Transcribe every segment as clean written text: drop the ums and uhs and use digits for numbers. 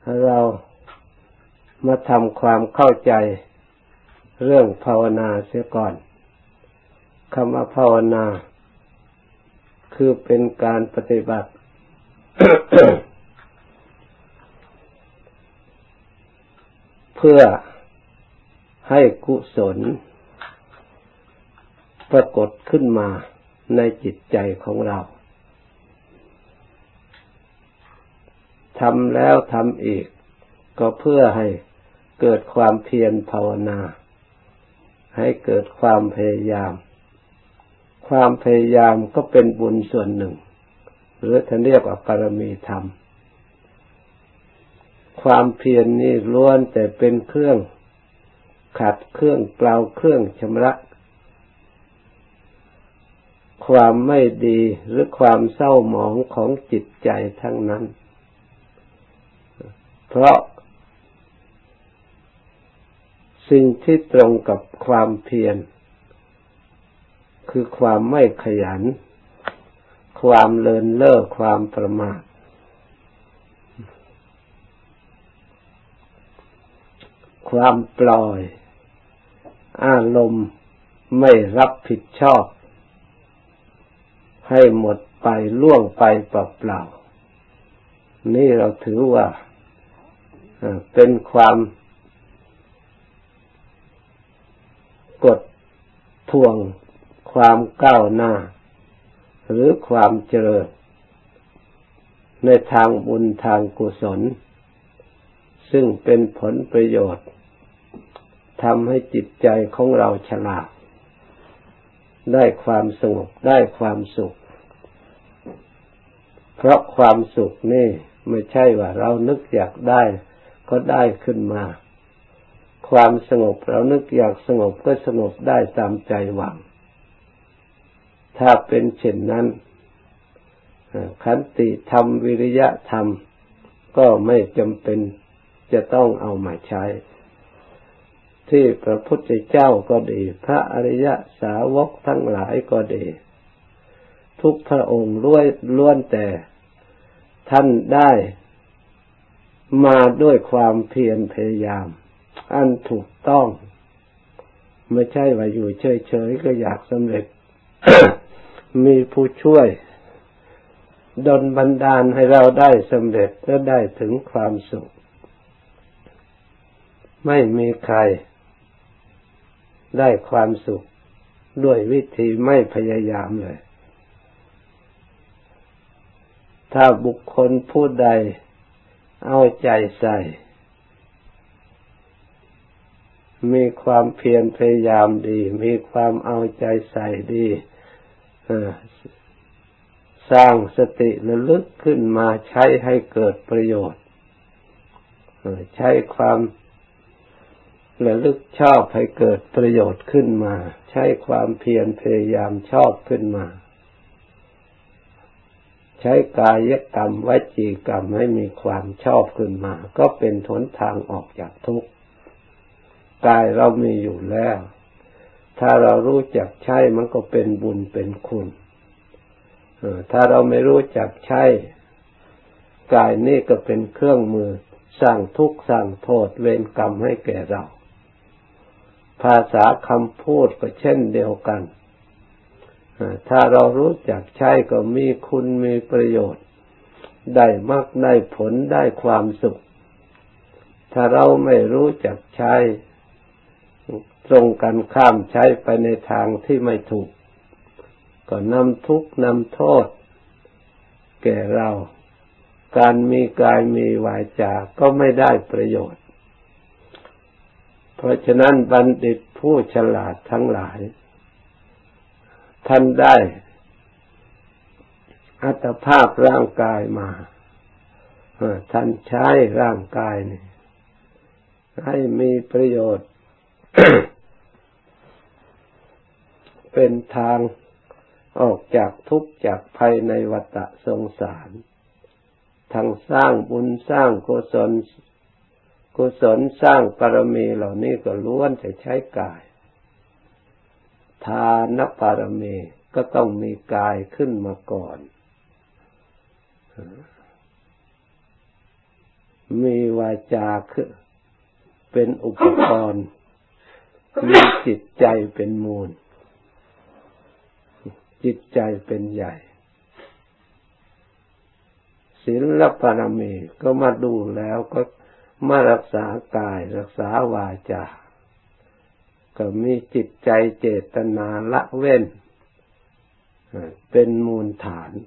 เรามาทำความเข้าใจเรื่องภาวนาเสียก่อนคำว่าภาวนาคือเป็นการปฏิบัติ เพื่อให้กุศลปรากฏขึ้นมาในจิตใจของเราทำแล้วทำอีกก็เพื่อให้เกิดความเพียรภาวนาให้เกิดความพยายามความพยายามก็เป็นบุญส่วนหนึ่งหรือท่านเรียกว่าปรมีธรรมความเพียรนี้ล้วนแต่เป็นเครื่องขัดเครื่องเกลาเครื่องชำระความไม่ดีหรือความเศร้าหมองของจิตใจทั้งนั้นเพราะสิ่งที่ตรงกับความเพียรคือความไม่ขยันความเลินเล่อความประมาทความปล่อยอารมณ์ไม่รับผิดชอบให้หมดไปล่วงไปเปล่าๆนี่เราถือว่าเป็นความกดทวงความก้าวหน้าหรือความเจริญในทางบุญทางกุศลซึ่งเป็นผลประโยชน์ทำให้จิตใจของเราฉลาดได้ความสงบได้ความสุขเพราะความสุขนี่ไม่ใช่ว่าเรานึกอยากได้ก็ได้ขึ้นมาความสงบเรานึกอยากสงบก็สงบได้ตามใจหวังถ้าเป็นเช่นนั้นขันติธรรมวิริยะธรรมก็ไม่จำเป็นจะต้องเอามาใช้ที่พระพุทธเจ้าก็ดีพระอริยสาวกทั้งหลายก็ดีทุกพระองค์ล้วนแต่ท่านได้มาด้วยความเพียรพยายามอันถูกต้องไม่ใช่ว่าอยู่เฉยๆก็อยากสำเร็จ มีผู้ช่วยดลบันดาลให้เราได้สำเร็จและได้ถึงความสุขไม่มีใครได้ความสุขด้วยวิธีไม่พยายามเลยถ้าบุคคลผู้ใดเอาใจใส่มีความเพียรพยายามดีมีความเอาใจใส่ดีสร้างสติระลึกขึ้นมาใช้ให้เกิดประโยชน์ใช้ความระลึกชอบให้เกิดประโยชน์ขึ้นมาใช้ความเพียรพยายามชอบขึ้นมาใช้กายกรรมวจีกรรมให้มีความชอบขึ้นมาก็เป็นหนทางออกจากทุกข์กายเรามีอยู่แล้วถ้าเรารู้จักใช้มันก็เป็นบุญเป็นคุณถ้าเราไม่รู้จักใช้กายนี่ก็เป็นเครื่องมือสร้างทุกข์สร้างโทษเวรกรรมให้แก่เราภาษาคำพูดก็เช่นเดียวกันถ้าเรารู้จักใช้ก็มีคุณมีประโยชน์ได้มรรคได้ผลได้ความสุขถ้าเราไม่รู้จักใช้ตรงกันข้ามใช้ไปในทางที่ไม่ถูกก็นำทุกข์นำโทษแก่เราการมีกายมีวาจาก็ไม่ได้ประโยชน์เพราะฉะนั้นบัณฑิตผู้ฉลาดทั้งหลายท่านได้อัตภาพร่างกายมาท่านใช้ร่างกายนี่ให้มีประโยชน์ เป็นทางออกจากทุกข์จากภัยในวัฏสงสารทั้งสร้างบุญสร้างกุศลสร้างบารมีเหล่านี้ก็ล้วนจะใช้กายทานบารมีก็ต้องมีกายขึ้นมาก่อนมีวาาจาคือเป็นอุปกรณ์มีจิตใจเป็นมูลจิตใจเป็นใหญ่ศีลบารมีก็มาดูแล้วก็มารักษากายรักษาวาจาก็มีจิตใจเจตนาละเว้นเป็นมูลฐาน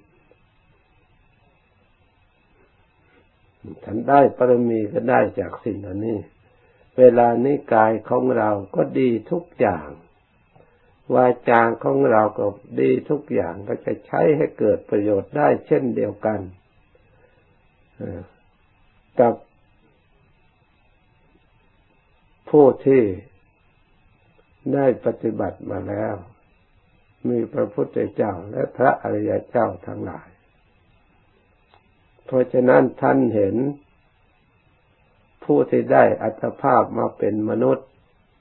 ท่านได้ปรมีก็ได้จากสิ่งเหล่านี้เวลานี้กายของเราก็ดีทุกอย่างวาจาของเราก็ดีทุกอย่างก็จะใช้ให้เกิดประโยชน์ได้เช่นเดียวกันกับผู้ที่ได้ปฏิบัติมาแล้วมีพระพุทธเจ้าและพระอริยเจ้าทั้งหลายเพราะฉะนั้นท่านเห็นผู้ที่ได้อัตภาพมาเป็นมนุษย์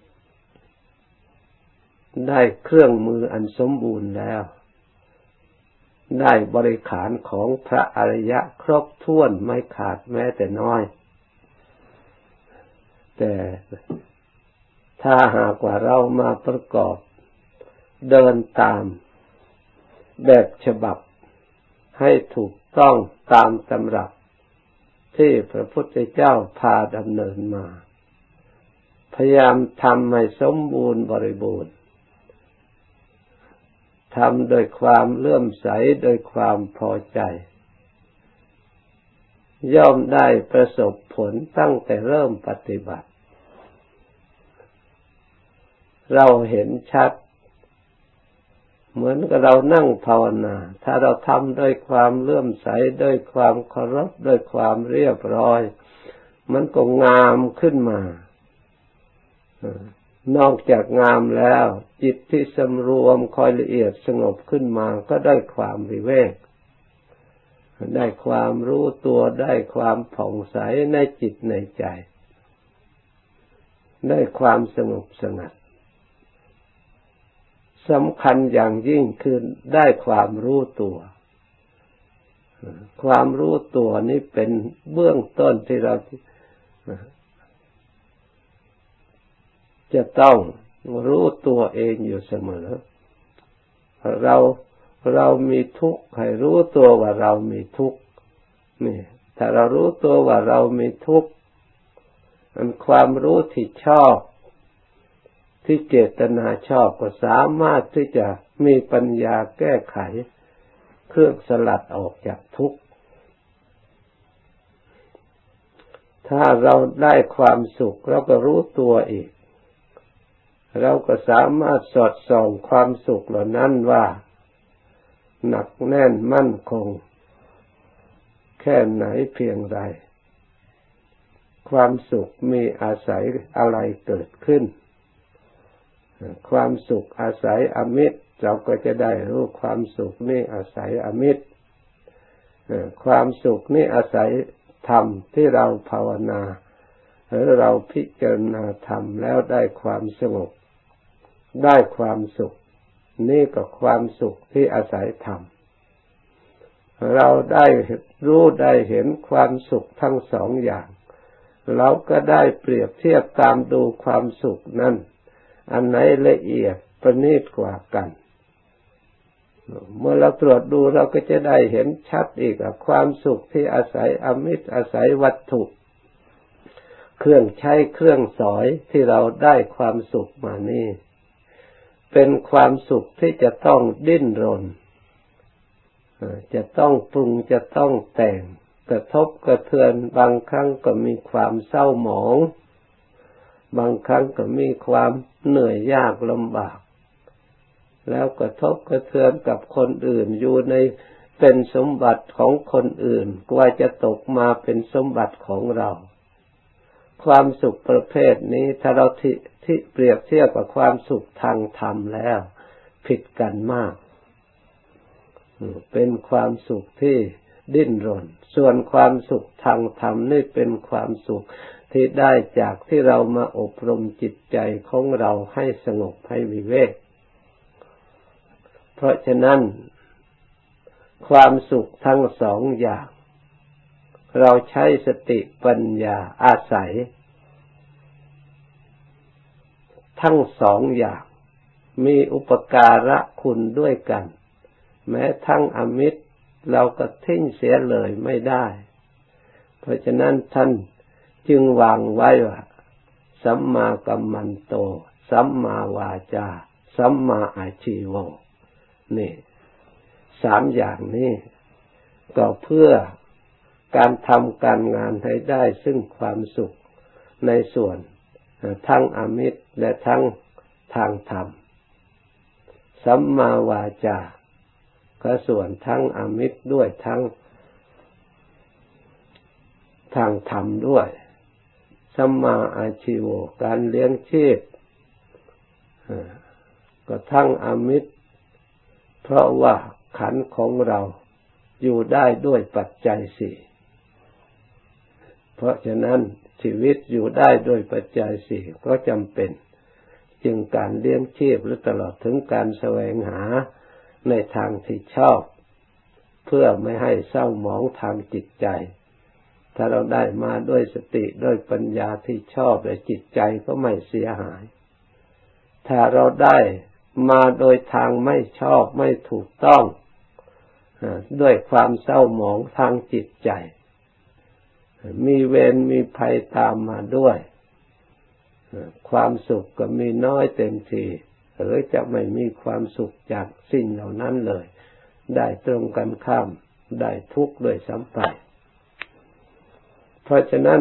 ได้เครื่องมืออันสมบูรณ์แล้วได้บริขารของพระอริยะครบถ้วนไม่ขาดแม้แต่น้อยแต่ถ้าหากว่าเรามาประกอบเดินตามแบบฉบับให้ถูกต้องตามตำรับที่พระพุทธเจ้าพาดำเนินมาพยายามทำให้สมบูรณ์บริบูรณ์ทำโดยความเลื่อมใสโดยความพอใจย่อมได้ประสบผลตั้งแต่เริ่มปฏิบัติเราเห็นชัดเหมือนกับเรานั่งภาวนาถ้าเราทำด้วยความเลื่อมใสด้วยความเคารพด้วยความเรียบร้อยมันก็งามขึ้นมานอกจากงามแล้วจิตที่สำรวมคอยละเอียดสงบขึ้นมาก็ได้ความวิเวกได้ความรู้ตัวได้ความผ่องใสในจิตในใจได้ความสงบสงัดสำคัญอย่างยิ่งคือได้ความรู้ตัวความรู้ตัวนี้เป็นเบื้องต้นที่เราจะต้องรู้ตัวเองอยู่เสมอเรามีทุกข์ให้รู้ตัวว่าเรามีทุกข์นี่ถ้าเรารู้ตัวว่าเรามีทุกข์ความรู้ที่ชอบที่เจตนาชอบก็สามารถที่จะมีปัญญาแก้ไขเครื่องสลัดออกจากทุกข์ถ้าเราได้ความสุขเราก็รู้ตัวอีกเราก็สามารถสอดส่องความสุขเหล่านั้นว่าหนักแน่นมั่นคงแค่ไหนเพียงไรความสุขมีอาศัยอะไรเกิดขึ้นความสุขอาศัยอมิตรเราก็จะได้รู้ความสุขนี่อาศัยอมิตรความสุขนี่อาศัยธรรมที่เราภาวนาหรือเราพิจารณาธรรมแล้วได้ความสงบได้ความสุขนี่ก็ความสุขที่อาศัยธรรมเราได้รู้ได้เห็นความสุขทั้งสองอย่างเราก็ได้เปรียบเทียบตามดูความสุขนั้นอันไหนละเอียดประณีตกว่ากันเมื่อเราตรวจดูเราก็จะได้เห็นชัดอีกว่าความสุขที่อาศัยอมิตรอาศัยวัตถุเครื่องใช้เครื่องสอยที่เราได้ความสุขมานี่เป็นความสุขที่จะต้องดิ้นรนจะต้องปรุงจะต้องแต่งกระทบกระเทือนบางครั้งก็มีความเศร้าหมองบางครั้งก็มีความเหนื่อยยากลำบากแล้วกระทบกระเทือนกับคนอื่นอยู่ในเป็นสมบัติของคนอื่นกว่าจะตกมาเป็นสมบัติของเราความสุขประเภทนี้ถ้าเราที่เปรียบเทียบกับความสุขทางธรรมแล้วผิดกันมากเป็นความสุขที่ดิ้นรนส่วนความสุขทางธรรมนี่เป็นความสุขที่ได้จากที่เรามาอบรมจิตใจของเราให้สงบให้วิเวกเพราะฉะนั้นความสุขทั้งสองอย่างเราใช้สติปัญญาอาศัยทั้งสองอย่างมีอุปการะคุณด้วยกันแม้ทั้งอมิตรเราก็ทิ้งเสียเลยไม่ได้เพราะฉะนั้นท่านจึงวางไว้ว่าสัมมากัมมันโตสัมมาวาจาสัมมาอาชีโวนี่สามอย่างนี้ก็เพื่อการทำการงานให้ได้ซึ่งความสุขในส่วนทั้งอมิตรและทั้งทางธรรมสัมมาวาจาก็ส่วนทั้งอมิตรด้วยทั้งทางธรรมด้วยสัมมาอาชีโวการเลี้ยงชีพก็ทั้งอมิตรเพราะว่าขันธ์ของเราอยู่ได้ด้วยปัจจัยสี่เพราะฉะนั้นชีวิตอยู่ได้ด้วยปัจจัยสี่ก็จำเป็นจึงการเลี้ยงชีพหรือตลอดถึงการแสวงหาในทางที่ชอบเพื่อไม่ให้เศร้าหมองทางจิตใจถ้าเราได้มาด้วยสติด้วยปัญญาที่ชอบและจิตใจก็ไม่เสียหายถ้าเราได้มาโดยทางไม่ชอบไม่ถูกต้องด้วยความเศร้าหมองทางจิตใจมีเวรมีภัยตามมาด้วยความสุขก็มีน้อยเต็มทีหรือจะไม่มีความสุขจากสิ่งเหล่านั้นเลยได้ตรงกันข้ามได้ทุกข์ด้วยซ้ำไปเพราะฉะนั้น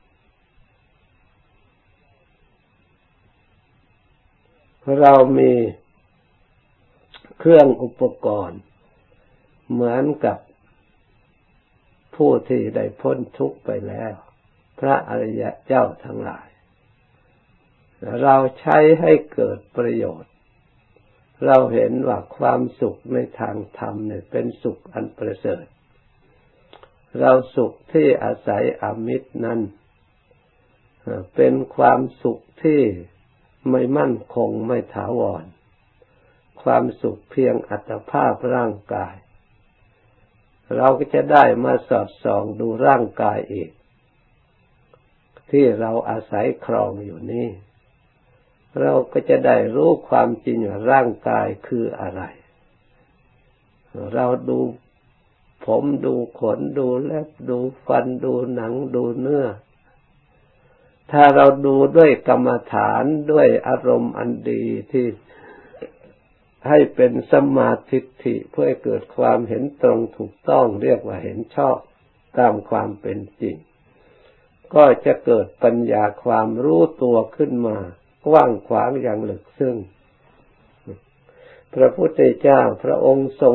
เรามีเครื่องอุปกรณ์เหมือนกับผู้ที่ได้พ้นทุกข์ไปแล้วพระอริยเจ้าทั้งหลายเราใช้ให้เกิดประโยชน์เราเห็นว่าความสุขในทางธรรมเนี่ยเป็นสุขอันประเสริฐเราสุขที่อาศัยอมิตรนั้นเป็นความสุขที่ไม่มั่นคงไม่ถาวรความสุขเพียงอัตภาพร่างกายเราก็จะได้มาสอดส่องดูร่างกายอีกที่เราอาศัยครองอยู่นี้เราก็จะได้รู้ความจริงว่าร่างกายคืออะไรเราดูผมดูขนดูเล็บดูฟันดูหนังดูเนื้อถ้าเราดูด้วยกรรมฐานด้วยอารมณ์อันดีที่ให้เป็นสัมมาทิฏฐิเพื่อให้เกิดความเห็นตรงถูกต้องเรียกว่าเห็นชอบตามความเป็นจริงก็จะเกิดปัญญาความรู้ตัวขึ้นมากว้างขวางอย่างลึกซึ้งพระพุทธเจ้าพระองค์ทรง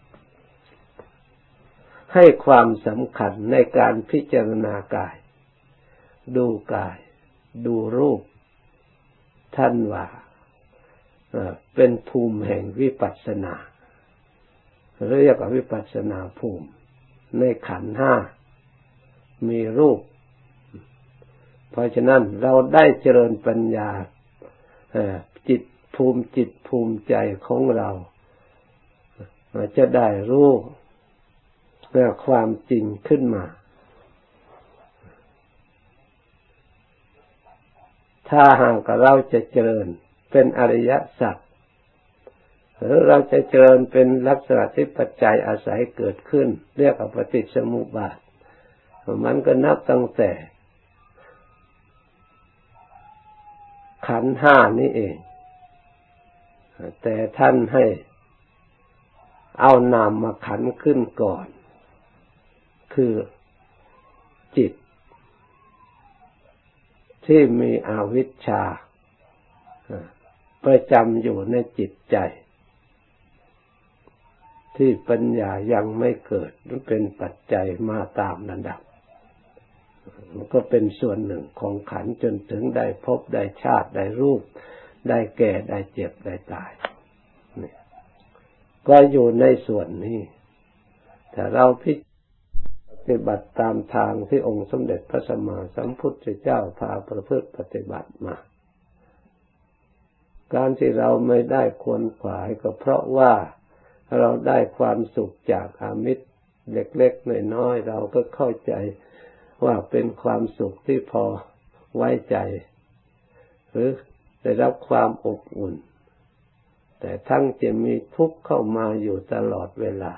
ให้ความสำคัญในการพิจารณากายดูกายดูรูปท่านว่าเป็นภูมิแห่งวิปัสสนาเรียกว่าวิปัสสนาภูมิในขันธ์ห้ามีรูปเพราะฉะนั้นเราได้เจริญปัญญาจิตภูมิใจของเราจะได้รู้ความจริงขึ้นมาถ้าหากเราจะเจริญเป็นอริยสัจหรือเราจะเจริญเป็นลักษณะที่ปัจจัยอาศัยเกิดขึ้นเรียกว่าปฏิจจสมุปบาทมันก็นับตั้งแต่ขันธ์ห้านี้เองแต่ท่านให้เอานามขันธ์ขึ้นก่อนคือจิตที่มีอวิชชาประจำอยู่ในจิตใจที่ปัญญายังไม่เกิดมันเป็นปัจจัยมาตามลำดับมันก็เป็นส่วนหนึ่งของขันธ์จนถึงได้พบได้ชาติได้รูปได้แก่ได้เจ็บได้ตายนี่ก็อยู่ในส่วนนี้แต่เราปฏิบัติตามทางที่องค์สมเด็จพระสัมมาสัมพุทธเจ้าพาประพฤติปฏิบัติมาการที่เราไม่ได้ควรขวายก็เพราะว่าเราได้ความสุขจากอามิตรเล็กๆน้อยๆเราก็เข้าใจว่าเป็นความสุขที่พอไว้ใจหรือได้รับความอบอุ่นแต่ทั้งจะมีทุกข์เข้ามาอยู่ตลอดเวลา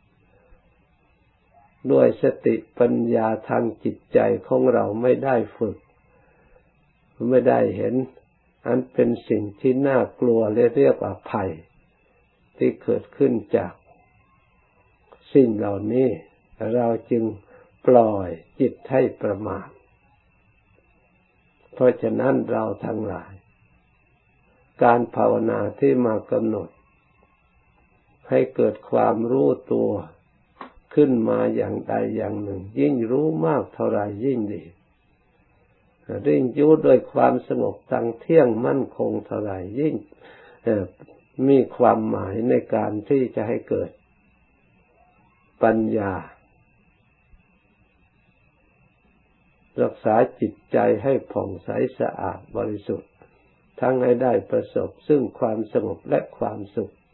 ด้วยสติปัญญาทางจิตใจของเราไม่ได้ฝึกไม่ได้เห็นอันเป็นสิ่งที่น่ากลัวและเรียกว่าภัยที่เกิดขึ้นจากสิ่งเหล่านี้เราจึงปล่อยจิตให้ประมาทเพราะฉะนั้นเราทั้งหลายการภาวนาที่มากำหนดให้เกิดความรู้ตัวขึ้นมาอย่างใดอย่างหนึ่งยิ่งรู้มากเท่าไรยิ่งดียิ่งอยู่ด้วยความสงบตั้งเที่ยงมั่นคงเท่าไรยิ่งมีความหมายในการที่จะให้เกิดปัญญารักษาจิตใจให้ผ่องใสสะอาดบริสุทธิ์ทั้งให้ได้ประสบซึ่งความสงบและความสุข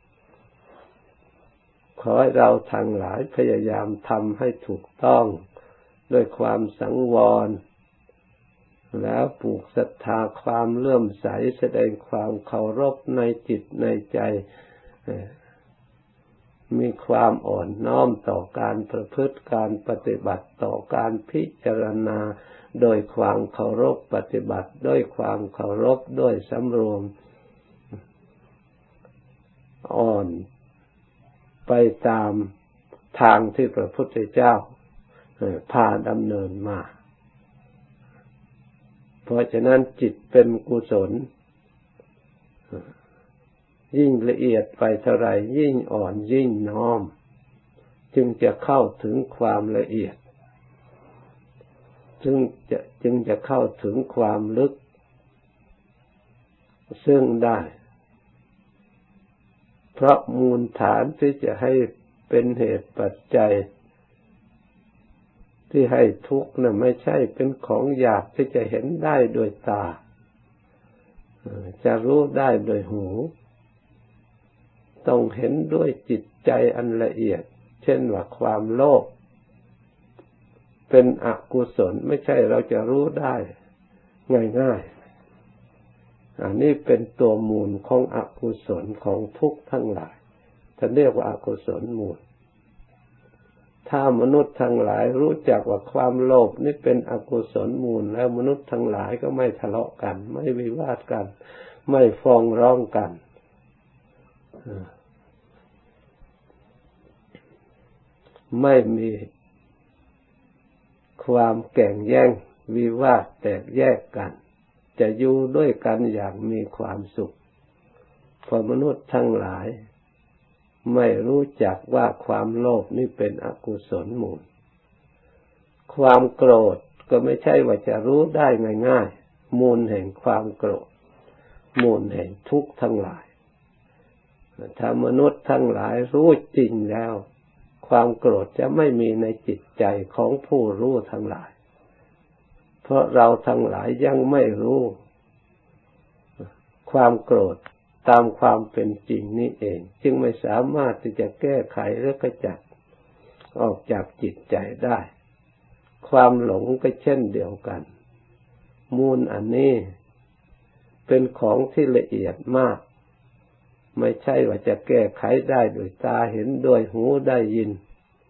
ขอให้เราทั้งหลายพยายามทำให้ถูกต้องด้วยความสังวรแล้วปลูกศรัทธาความเลื่อมใสแสดงความเคารพในจิตในใจมีความอ่อนน้อมต่อการประพฤติการปฏิบัติต่อการพิจารณาโดยความเคารพปฏิบัติด้วยความเคารพด้วยสำรวมอ่อนไปตามทางที่พระพุทธเจ้าพาดำเนินมาเพราะฉะนั้นจิตเป็นกุศลยิ่งละเอียดไปเท่าไรยิ่งอ่อนยิ่งน้อมจึงจะเข้าถึงความละเอียดจึงจะเข้าถึงความลึกซึ่งได้เพราะมูลฐานที่จะให้เป็นเหตุปัจจัยที่ให้ทุกข์น่ะไม่ใช่เป็นของหยาบที่จะเห็นได้โดยตาจะรู้ได้โดยหูต้องเห็นด้วยจิตใจอันละเอียดเช่นว่าความโลภเป็นอกุศลไม่ใช่เราจะรู้ได้ง่ายๆอันนี้เป็นตัวมูลของอกุศลของทุกข์ทั้งหลายท่านเรียกว่าอกุศลมูลถ้ามนุษย์ทั้งหลายรู้จักว่าความโลภนี่เป็นอกุศลมูลแล้วมนุษย์ทั้งหลายก็ไม่ทะเลาะกันไม่วิวาทกันไม่ฟ้องร้องกันไม่มีความแข่งแย่งวิวาทแตกแยกกันจะอยู่ด้วยกันอย่างมีความสุขเพราะมนุษย์ทั้งหลายไม่รู้จักว่าความโลภนี่เป็นอกุศลมูลความโกรธก็ไม่ใช่ว่าจะรู้ได้ง่ายๆมูลแห่งความโกรธมูลแห่งทุกข์ทั้งหลายถ้ามนุษย์ทั้งหลายรู้จริงแล้วความโกรธจะไม่มีในจิตใจของผู้รู้ทั้งหลายเพราะเราทั้งหลายยังไม่รู้ความโกรธตามความเป็นจริงนี่เองจึงไม่สามารถที่จะแก้ไขหรือกำจัดออกจากจิตใจได้ความหลงก็เช่นเดียวกันมูลอันนี้เป็นของที่ละเอียดมากไม่ใช่ว่าจะแก้ไขได้โดยตาเห็นด้วยหูได้ยิน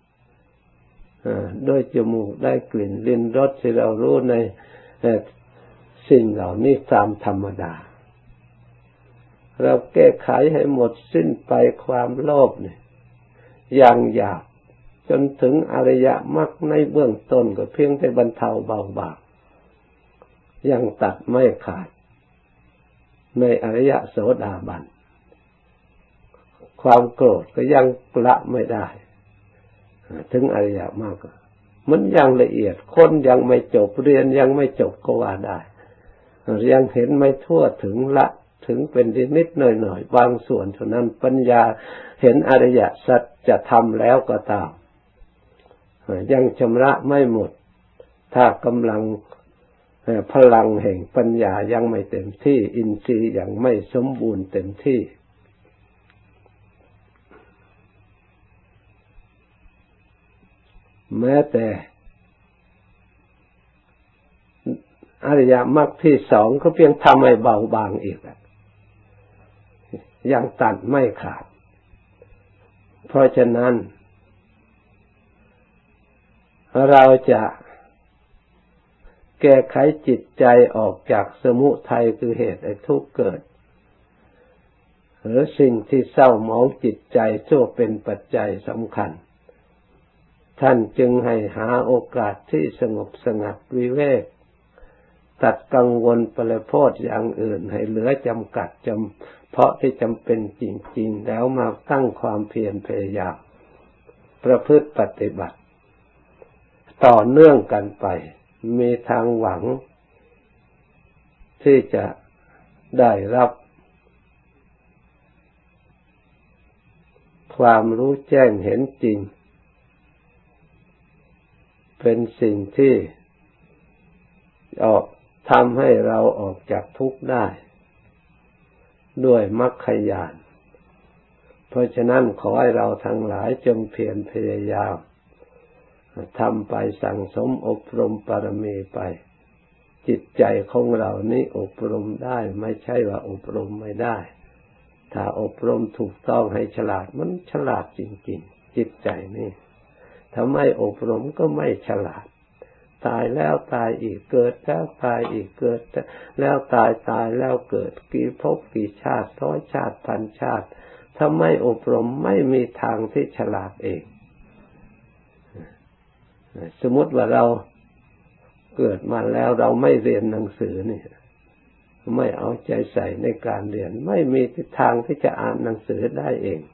ด้วยจมูกได้กลิ่นลิ้มรสที่เรารู้ในสิ่งเหล่านี้ตามธรรมดาเราแก้ไขให้หมดสิ้นไปความโลภเนี่ยอย่างหยาบจนถึงอริยมรรคในเบื้องต้นก็เพียงแต่บรรเทาเบาบางยังตัดไม่ขาดในอริยโสดาบันความโกรธก็ยังละไม่ได้ถึงอริยมรรคมันยังละเอียดคนยังไม่จบเรียนยังไม่จบก็ว่าได้ยังเห็นไม่ทั่วถึงละถึงเป็นนิดๆหน่อยๆบางส่วนเท่านั้นปัญญาเห็นอริยสัจจะทำแล้วก็ตามยังชำระไม่หมดถ้ากำลังพลังแห่งปัญญายังไม่เต็มที่อินทรีย์ยังไม่สมบูรณ์เต็มที่แม้แต่อริยมรรคที่สองก็เพียงทำให้เบาบางอีกยังตัดไม่ขาดเพราะฉะนั้นเราจะแก้ไขจิตใจออกจากสมุทัยคือเหตุให้ทุกข์เกิดหรือสิ่งที่เศร้าหมองจิตใจชั่วเป็นปัจจัยสำคัญท่านจึงให้หาโอกาสที่สงบสงัดวิเวกตัดกังวลปริโภทอย่างอื่นให้เหลือจำกัดเพราะที่จำเป็นจริงๆแล้วมาตั้งความเพียรพยายามประพฤติปฏิบัติต่อเนื่องกันไปมีทางหวังที่จะได้รับความรู้แจ้งเห็นจริงเป็นสิ่งที่ทำให้เราออกจากทุกข์ได้ด้วยมรรคญาณเพราะฉะนั้นขอให้เราทั้งหลายจงเพียรพยายามทำไปสั่งสมอบรมบารมีไปจิตใจของเรานี้อบรมได้ไม่ใช่ว่าอบรมไม่ได้ถ้าอบรมถูกต้องให้ฉลาดมันฉลาดจริงๆจิตใจนี่ถ้าไม่อบรมก็ไม่ฉลาดตายแล้วตายอีกเกิดแล้วตายอีกเกิดแล้วตายแล้วเกิดกี่ภพกี่ชาติร้อยชาติพันชาติถ้าไม่อบรมไม่มีทางที่ฉลาดเองสมมติว่าเราเกิดมาแล้วเราไม่เรียนหนังสือนี่ไม่เอาใจใส่ในการเรียนไม่มีทางที่จะอ่านหนังสือได้เอง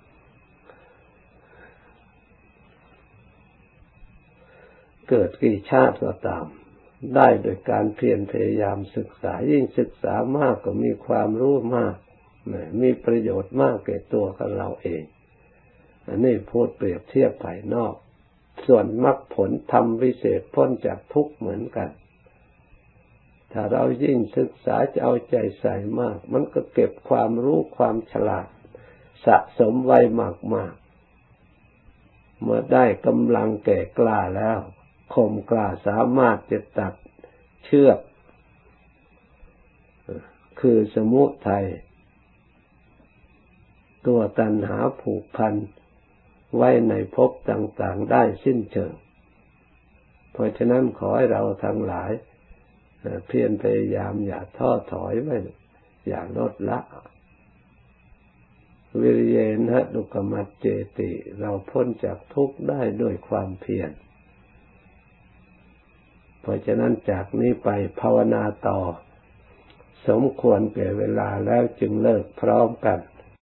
เกิดกี่ชาติก็ตามได้โดยการเพียรพยายามศึกษายิ่งศึกษามากก็มีความรู้มากมีประโยชน์มากแก่ตัวของเราเองอันนี้พูดเปรียบเทียบภายนอกส่วนมรรคผลธรรมวิเศษพ้นจากทุกข์เหมือนกันถ้าเรายิ่งศึกษาจะเอาใจใส่มากมันก็เก็บความรู้ความฉลาดสะสมไว้มากๆเมื่อได้กำลังแก่กล้าแล้วคมกล้าสามารถจะตัดเชือกคือสมุทัยตัวตัณหาผูกพันไว้ในภพต่างๆได้สิ้นเชิงเพราะฉะนั้นขอให้เราทั้งหลายเพียรพยายามอย่าท้อถอยไว้อย่าลดละวิริเยนะดุกขมัจเจติเราพ้นจากทุกข์ได้ด้วยความเพียรเพราะฉะนั้นจากนี้ไปภาวนาต่อสมควรแก่เวลาแล้วจึงเลิกพร้อมกัน